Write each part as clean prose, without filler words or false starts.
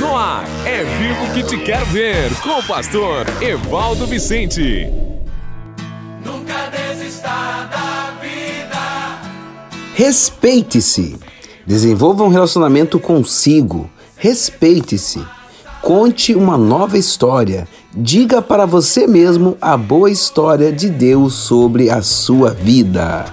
No ar, é Vivo que te quero ver, com o pastor Evaldo Vicente. Nunca desista da vida. Respeite-se. Desenvolva um relacionamento consigo. Respeite-se. Conte uma nova história. Diga para você mesmo a boa história de Deus sobre a sua vida.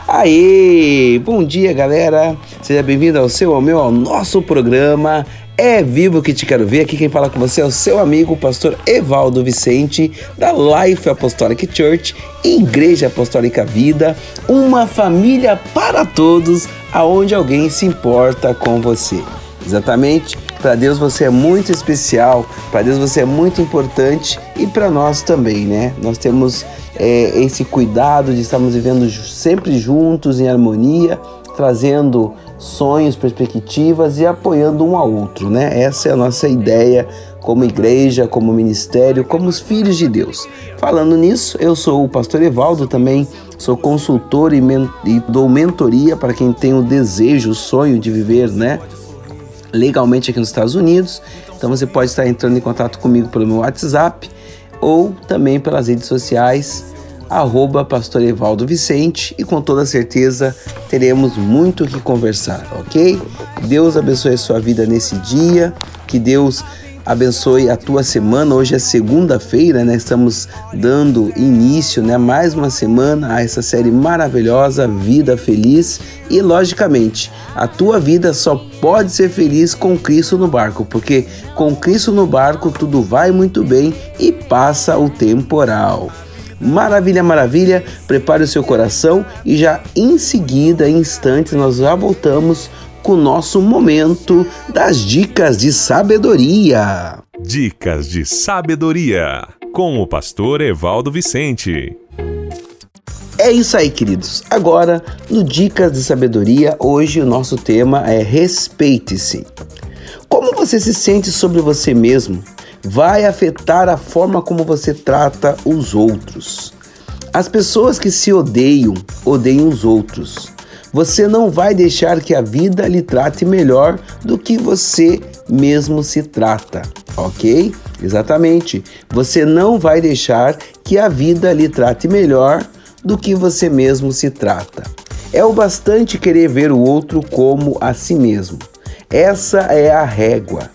Aê! Bom dia, galera! Seja bem-vindo ao nosso programa É Vivo que te quero ver. Aqui quem fala com você é o seu amigo, o pastor Evaldo Vicente, da Life Apostolic Church, Igreja Apostólica Vida, uma família para todos, aonde alguém se importa com você. Exatamente, para Deus você é muito especial, para Deus você é muito importante e para nós também, né? Nós temos esse cuidado de estarmos vivendo sempre juntos, em harmonia, trazendo sonhos, perspectivas e apoiando um ao outro, né? Essa é a nossa ideia como igreja, como ministério, como os filhos de Deus. Falando nisso, eu sou o pastor Evaldo, também sou consultor e dou mentoria para quem tem o desejo, o sonho de viver, né, legalmente aqui nos Estados Unidos. Então você pode estar entrando em contato comigo pelo meu WhatsApp ou também pelas redes sociais, @Pastor Evaldo Vicente, e com toda certeza teremos muito o que conversar, ok? Deus abençoe a sua vida nesse dia, que Deus abençoe a tua semana. Hoje é segunda-feira, né? Estamos dando início, né, mais uma semana a essa série maravilhosa, Vida Feliz. E logicamente, a tua vida só pode ser feliz com Cristo no barco, porque com Cristo no barco tudo vai muito bem e passa o temporal. Maravilha, maravilha, prepare o seu coração e já em seguida, em instantes, nós já voltamos com o nosso momento das dicas de sabedoria. Dicas de sabedoria, com o pastor Evaldo Vicente. É isso aí, queridos. Agora, no Dicas de Sabedoria, hoje o nosso tema é respeite-se. Como você se sente sobre você mesmo vai afetar a forma como você trata os outros. As pessoas que se odeiam os outros. Você não vai deixar que a vida lhe trate melhor do que você mesmo se trata, ok? Exatamente. Você não vai deixar que a vida lhe trate melhor do que você mesmo se trata. É o bastante querer ver o outro como a si mesmo. Essa é a régua.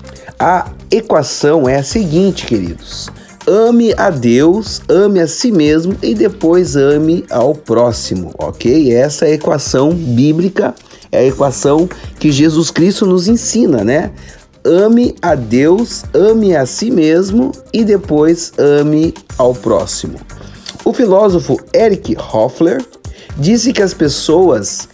A equação é a seguinte, queridos: ame a Deus, ame a si mesmo e depois ame ao próximo, ok? Essa é a equação bíblica, é a equação que Jesus Cristo nos ensina, né? Ame a Deus, ame a si mesmo e depois ame ao próximo. O filósofo Eric Hoffer disse que as pessoas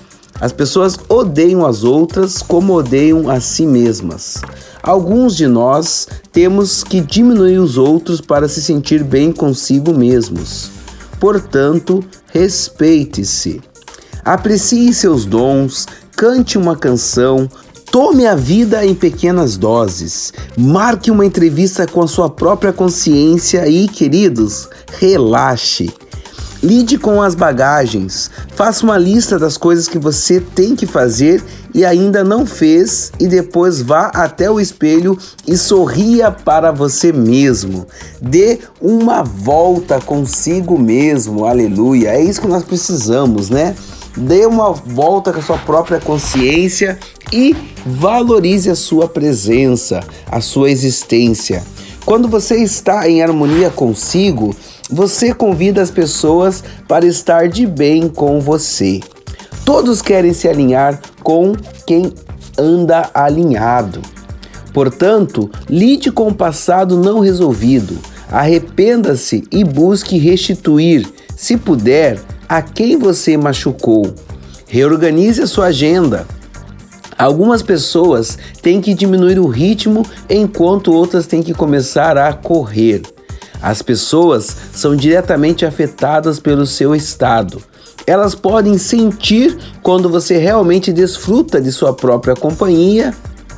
odeiam as outras como odeiam a si mesmas. Alguns de nós temos que diminuir os outros para se sentir bem consigo mesmos. Portanto, respeite-se. Aprecie seus dons, cante uma canção, tome a vida em pequenas doses, marque uma entrevista com a sua própria consciência e, queridos, relaxe. Lide com as bagagens, faça uma lista das coisas que você tem que fazer e ainda não fez e depois vá até o espelho e sorria para você mesmo. Dê uma volta consigo mesmo, aleluia, é isso que nós precisamos, né? Dê uma volta com a sua própria consciência e valorize a sua presença, a sua existência. Quando você está em harmonia consigo, você convida as pessoas para estar de bem com você. Todos querem se alinhar com quem anda alinhado. Portanto, lide com o passado não resolvido. Arrependa-se e busque restituir, se puder, a quem você machucou. Reorganize a sua agenda. Algumas pessoas têm que diminuir o ritmo enquanto outras têm que começar a correr. As pessoas são diretamente afetadas pelo seu estado. Elas podem sentir quando você realmente desfruta de sua própria companhia,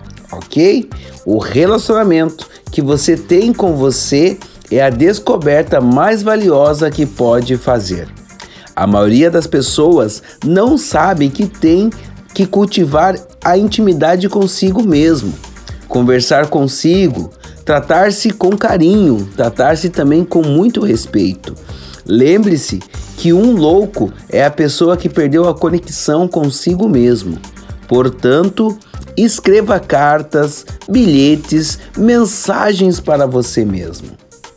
ok? O relacionamento que você tem com você é a descoberta mais valiosa que pode fazer. A maioria das pessoas não sabe que tem que cultivar a intimidade consigo mesmo. conversar consigo, tratar-se com carinho, tratar-se também com muito respeito. Lembre-se que um louco é a pessoa que perdeu a conexão consigo mesmo. Portanto, escreva cartas, bilhetes, mensagens para você mesmo.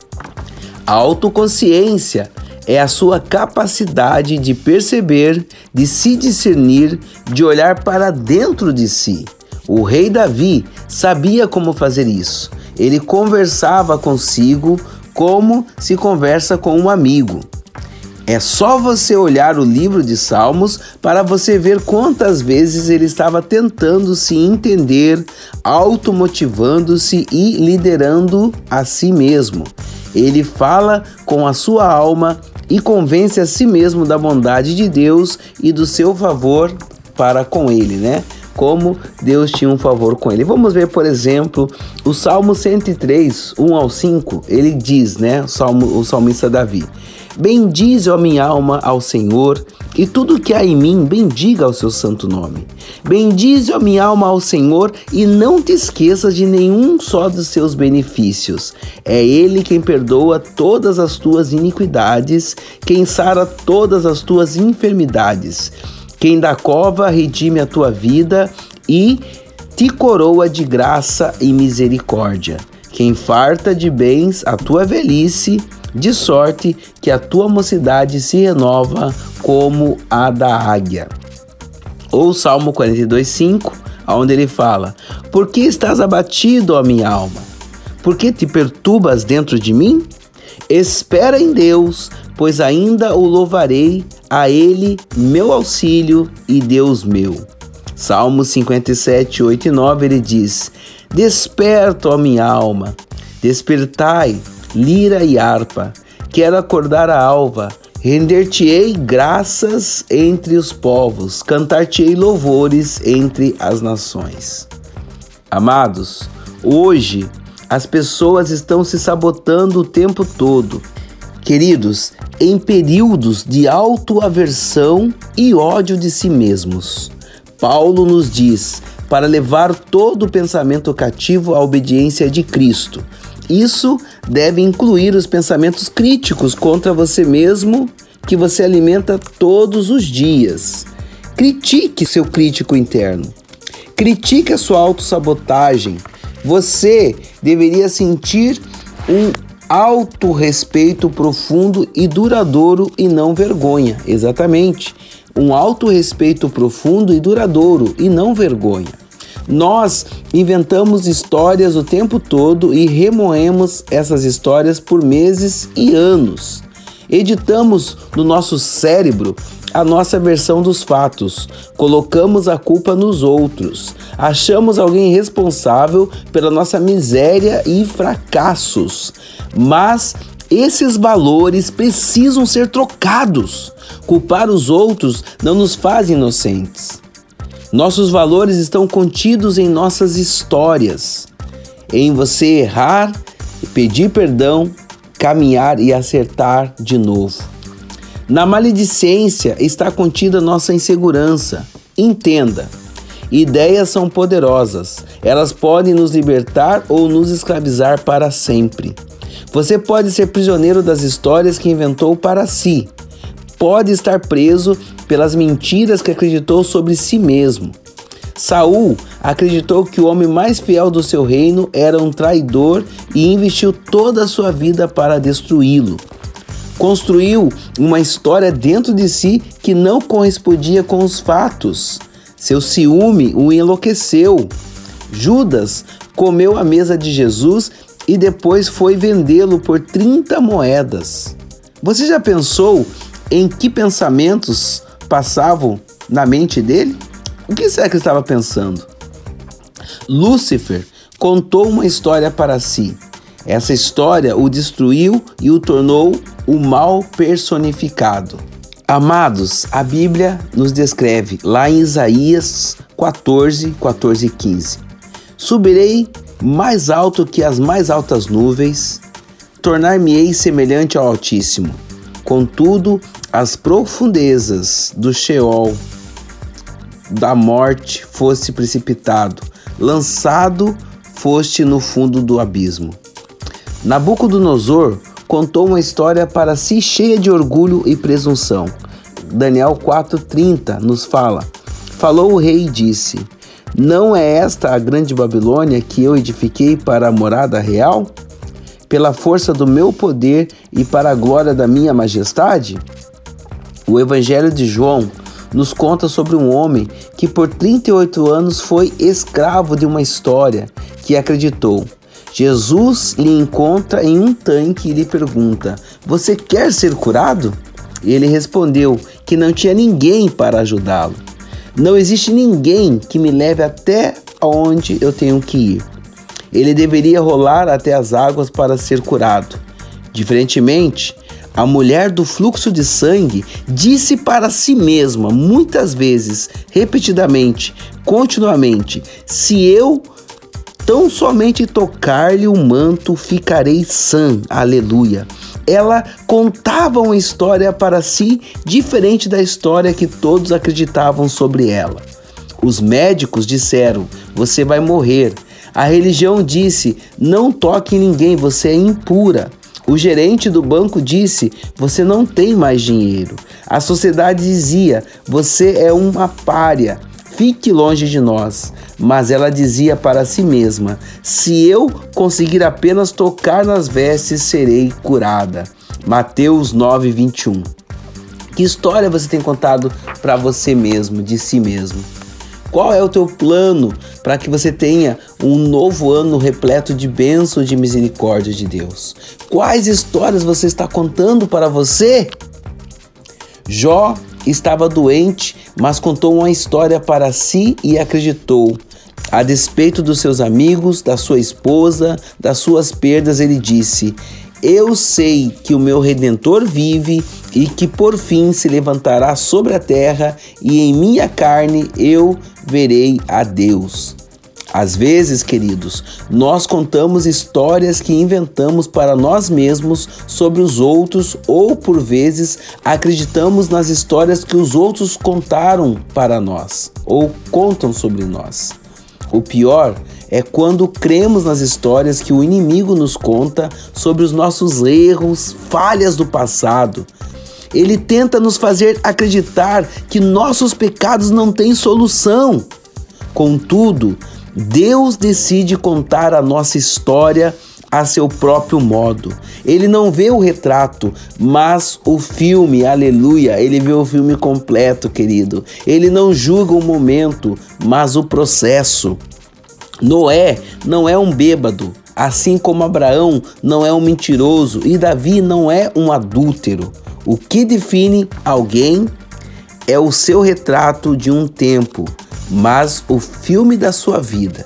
A autoconsciência é a sua capacidade de perceber, de se discernir, de olhar para dentro de si. O rei Davi sabia como fazer isso. Ele conversava consigo como se conversa com um amigo. É só você olhar o livro de Salmos para você ver quantas vezes ele estava tentando se entender, automotivando-se e liderando a si mesmo. Ele fala com a sua alma e convence a si mesmo da bondade de Deus e do seu favor para com ele, né? Como Deus tinha um favor com ele. Vamos ver, por exemplo, o Salmo 103, 1 ao 5, ele diz, né? O salmista Davi: bendize, ó minha alma, ao Senhor, e tudo que há em mim, bendiga ao seu santo nome. Bendize, ó minha alma, ao Senhor, e não te esqueças de nenhum só dos seus benefícios. É Ele quem perdoa todas as tuas iniquidades, quem sara todas as tuas enfermidades, quem da cova redime a tua vida e te coroa de graça e misericórdia, quem farta de bens a tua velhice, de sorte que a tua mocidade se renova como a da águia. Ou Salmo 42:5, onde ele fala: por que estás abatido, ó minha alma? Por que te perturbas dentro de mim? Espera em Deus, pois ainda o louvarei, a Ele meu auxílio e Deus meu. Salmo 57, 8 e 9, ele diz: desperta, ó minha alma, despertai, lira e harpa, quero acordar a alva, render-te-ei graças entre os povos, cantar-te-ei louvores entre as nações. Amados, hoje as pessoas estão se sabotando o tempo todo. Queridos, em períodos de autoaversão e ódio de si mesmos. Paulo nos diz para levar todo o pensamento cativo à obediência de Cristo. Isso deve incluir os pensamentos críticos contra você mesmo que você alimenta todos os dias. Critique seu crítico interno. Critique a sua autossabotagem. Você deveria sentir um autorrespeito profundo e duradouro e não vergonha. Exatamente. Um autorrespeito profundo e duradouro e não vergonha. Nós inventamos histórias o tempo todo e remoemos essas histórias por meses e anos. Editamos no nosso cérebro a nossa versão dos fatos, colocamos a culpa nos outros, achamos alguém responsável pela nossa miséria e fracassos. Mas esses valores precisam ser trocados. Culpar os outros não nos faz inocentes. Nossos valores estão contidos em nossas histórias, em você errar, pedir perdão, caminhar e acertar de novo. Na maledicência está contida nossa insegurança. Entenda, ideias são poderosas, elas podem nos libertar ou nos escravizar para sempre. Você pode ser prisioneiro das histórias que inventou para si. Pode estar preso pelas mentiras que acreditou sobre si mesmo. Saul acreditou que o homem mais fiel do seu reino era um traidor e investiu toda a sua vida para destruí-lo. Construiu uma história dentro de si que não correspondia com os fatos. Seu ciúme o enlouqueceu. Judas comeu à mesa de Jesus e depois foi vendê-lo por 30 moedas. Você já pensou em que pensamentos passavam na mente dele? O que será que ele estava pensando? Lúcifer contou uma história para si. Essa história o destruiu e o tornou o mal personificado. Amados, a Bíblia nos descreve lá em Isaías 14, 14 e 15. Subirei mais alto que as mais altas nuvens, tornar-me-ei semelhante ao Altíssimo. Contudo, as profundezas do Sheol, da morte, fosse precipitado, lançado foste no fundo do abismo. Nabucodonosor contou uma história para si cheia de orgulho e presunção. Daniel 4,30 nos fala: falou o rei e disse: não é esta a grande Babilônia que eu edifiquei para a morada real? Pela força do meu poder e para a glória da minha majestade? O Evangelho de João nos conta sobre um homem que por 38 anos foi escravo de uma história que acreditou. Jesus lhe encontra em um tanque e lhe pergunta: você quer ser curado? Ele respondeu que não tinha ninguém para ajudá-lo. Não existe ninguém que me leve até onde eu tenho que ir. Ele deveria rolar até as águas para ser curado. Diferentemente, a mulher do fluxo de sangue disse para si mesma, muitas vezes, repetidamente, continuamente: se eu tão somente tocar-lhe o manto, ficarei sã. Aleluia. Ela contava uma história para si diferente da história que todos acreditavam sobre ela. Os médicos disseram: você vai morrer. A religião disse: não toque em ninguém, você é impura. O gerente do banco disse: você não tem mais dinheiro. A sociedade dizia: você é uma pária, fique longe de nós. Mas ela dizia para si mesma: se eu conseguir apenas tocar nas vestes, serei curada. Mateus 9:21. Que história você tem contado para você mesmo, de si mesmo? Qual é o teu plano para que você tenha um novo ano repleto de bênção e de misericórdia de Deus? Quais histórias você está contando para você? Jó estava doente, mas contou uma história para si e acreditou. A despeito dos seus amigos, da sua esposa, das suas perdas, ele disse: eu sei que o meu Redentor vive e que por fim se levantará sobre a terra, e em minha carne eu verei a Deus. Às vezes, queridos, nós contamos histórias que inventamos para nós mesmos sobre os outros, ou por vezes acreditamos nas histórias que os outros contaram para nós ou contam sobre nós. O pior é quando cremos nas histórias que o inimigo nos conta sobre os nossos erros, falhas do passado. Ele tenta nos fazer acreditar que nossos pecados não têm solução. Contudo, Deus decide contar a nossa história a seu próprio modo. Ele não vê o retrato, mas o filme, aleluia. Ele vê o filme completo, querido. Ele não julga o momento, mas o processo. Noé não é um bêbado, assim como Abraão não é um mentiroso e Davi não é um adúltero. O que define alguém é o seu retrato de um tempo, mas o filme da sua vida.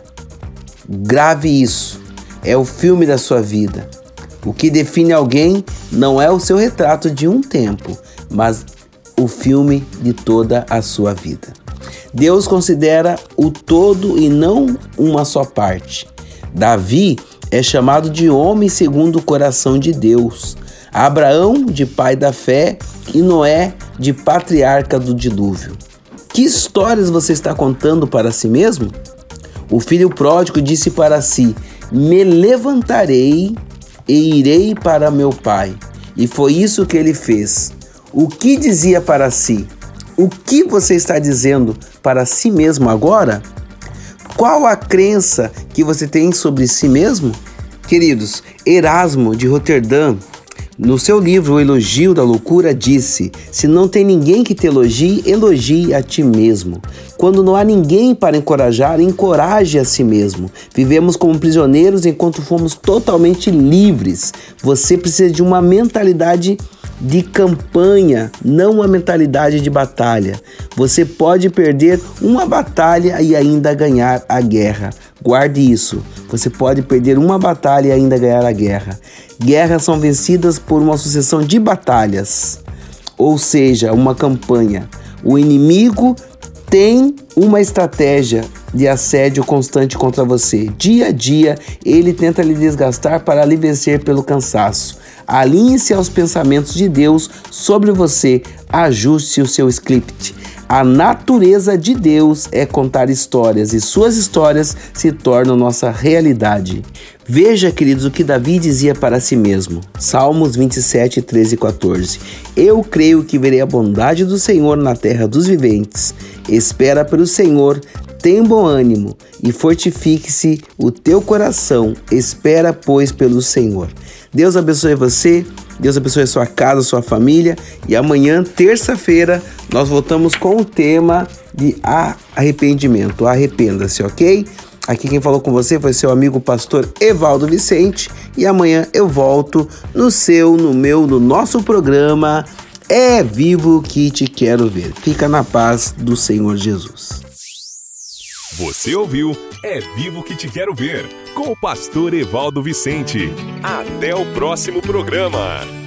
Grave isso, é o filme da sua vida. O que define alguém não é o seu retrato de um tempo, mas o filme de toda a sua vida. Deus considera o todo e não uma só parte. Davi é chamado de homem segundo o coração de Deus. Abraão, de pai da fé, e Noé, de patriarca do dilúvio. Que histórias você está contando para si mesmo? O filho pródigo disse para si: me levantarei e irei para meu pai. E foi isso que ele fez. O que dizia para si? O que você está dizendo para si mesmo agora? Qual a crença que você tem sobre si mesmo? Queridos, Erasmo de Roterdã, no seu livro O Elogio da Loucura, disse: se não tem ninguém que te elogie, elogie a ti mesmo. Quando não há ninguém para encorajar, encoraje a si mesmo. Vivemos como prisioneiros enquanto fomos totalmente livres. Você precisa de uma mentalidade de campanha, não uma mentalidade de batalha. Você pode perder uma batalha e ainda ganhar a guerra. Guarde isso. Você pode perder uma batalha e ainda ganhar a guerra. Guerras são vencidas por uma sucessão de batalhas, ou seja, uma campanha. O inimigo tem uma estratégia de assédio constante contra você. Dia a dia, ele tenta lhe desgastar para lhe vencer pelo cansaço. Alinhe-se aos pensamentos de Deus sobre você. Ajuste o seu script. A natureza de Deus é contar histórias e suas histórias se tornam nossa realidade. Veja, queridos, o que Davi dizia para si mesmo. Salmos 27, 13 e 14. Eu creio que verei a bondade do Senhor na terra dos viventes. Espera pelo Senhor, tem bom ânimo e fortifique-se o teu coração. Espera, pois, pelo Senhor. Deus abençoe você, Deus abençoe a sua casa, a sua família. E amanhã, terça-feira, nós voltamos com o tema de arrependimento. Arrependa-se, ok? Aqui quem falou com você foi seu amigo pastor Evaldo Vicente. E amanhã eu volto no nosso programa É Vivo que Te Quero Ver. Fica na paz do Senhor Jesus. Você ouviu É Vivo que Te Quero Ver, com o pastor Evaldo Vicente. Até o próximo programa.